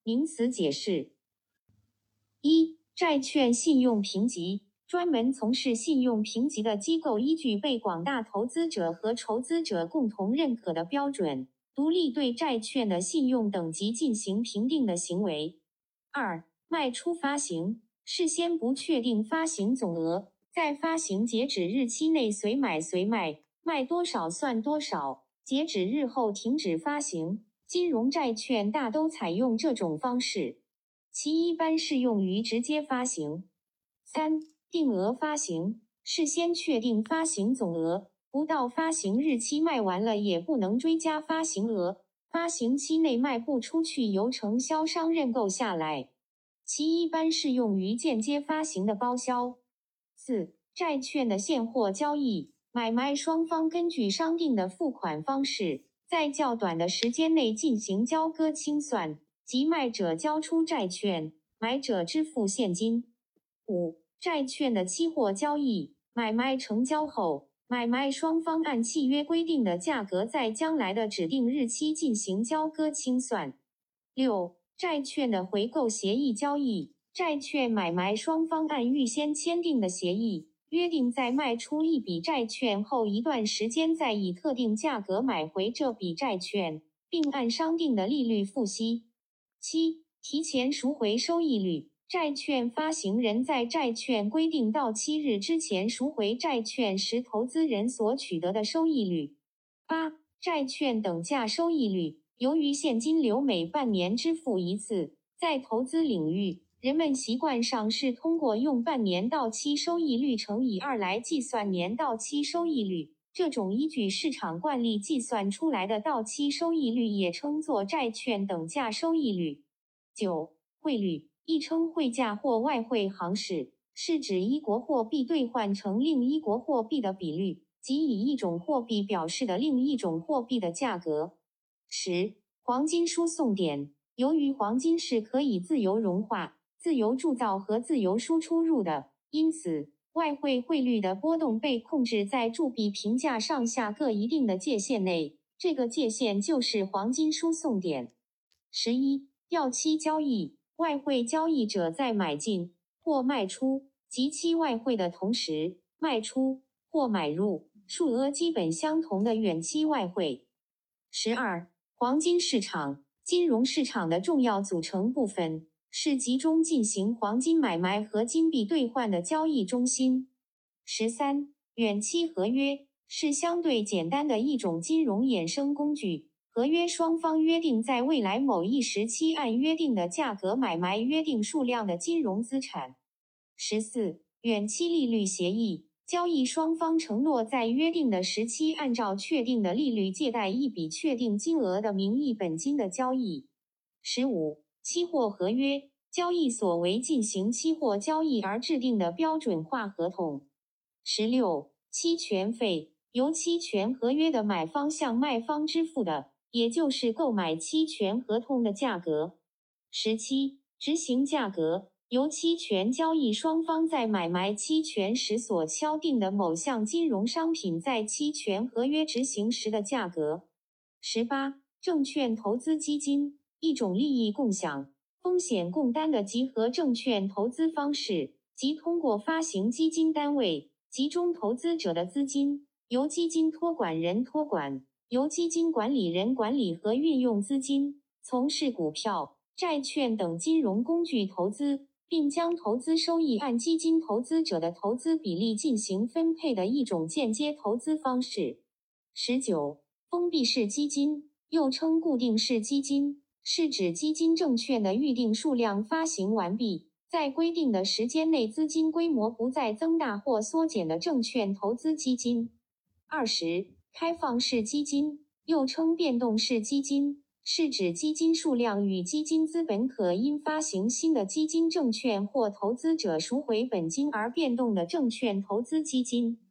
名词解释。一、债券信用评级，专门从事信用评级的机构依据被广大投资者和筹资者共同认可的标准，独立对债券的信用等级进行评定的行为。二、卖出发行，事先不确定发行总额，在发行截止日期内随买随卖，卖多少算多少，截止日后停止发行。金融债券大都采用这种方式，其一般适用于直接发行。三、定额发行，事先确定发行总额，不到发行日期卖完了也不能追加发行额，发行期内卖不出去由承销商认购下来，其一般适用于间接发行的包销。四、债券的现货交易，买卖双方根据商定的付款方式，在较短的时间内进行交割清算，即卖者交出债券，买者支付现金。五、债券的期货交易，买卖成交后，买卖双方按契约规定的价格在将来的指定日期进行交割清算。六、债券的回购协议交易，债券买卖双方按预先签订的协议，约定在卖出一笔债券后一段时间再以特定价格买回这笔债券，并按商定的利率付息。七、提前赎回收益率，债券发行人在债券规定到期日之前赎回债券时投资人所取得的收益率。八、债券等价收益率，由于现金流每半年支付一次，在投资领域，人们习惯上是通过用半年到期收益率乘以2来计算年到期收益率，这种依据市场惯例计算出来的到期收益率也称作债券等价收益率。九、汇率，亦称汇价或外汇行市，是指一国货币兑换成另一国货币的比率，即以一种货币表示的另一种货币的价格。10、黄金输送点，由于黄金是可以自由融化、自由铸造和自由输出入的，因此外汇汇率的波动被控制在铸币评价上下各一定的界限内，这个界限就是黄金输送点。11、要期交易，外汇交易者在买进或卖出即期外汇的同时，卖出或买入数额基本相同的远期外汇。12、黄金市场，金融市场的重要组成部分，是集中进行黄金买卖和金币兑换的交易中心。13、远期合约，是相对简单的一种金融衍生工具，合约双方约定在未来某一时期按约定的价格买卖约定数量的金融资产。14、远期利率协议，交易双方承诺在约定的时期按照确定的利率借贷一笔确定金额的名义本金的交易。15、期货合约，交易所为进行期货交易而制定的标准化合同。16、期权费，由期权合约的买方向卖方支付的，也就是购买期权合同的价格。17、执行价格，由期权交易双方在买卖期权时所敲定的某项金融商品在期权合约执行时的价格。18、证券投资基金，一种利益共享、风险共担的集合证券投资方式，即通过发行基金单位集中投资者的资金，由基金托管人托管，由基金管理人管理和运用资金，从事股票、债券等金融工具投资，并将投资收益按基金投资者的投资比例进行分配的一种间接投资方式。19、封闭式基金，又称固定式基金，是指基金证券的预定数量发行完毕，在规定的时间内资金规模不再增大或缩减的证券投资基金。20、开放式基金，又称变动式基金，是指基金数量与基金资本可因发行新的基金证券或投资者赎回本金而变动的证券投资基金。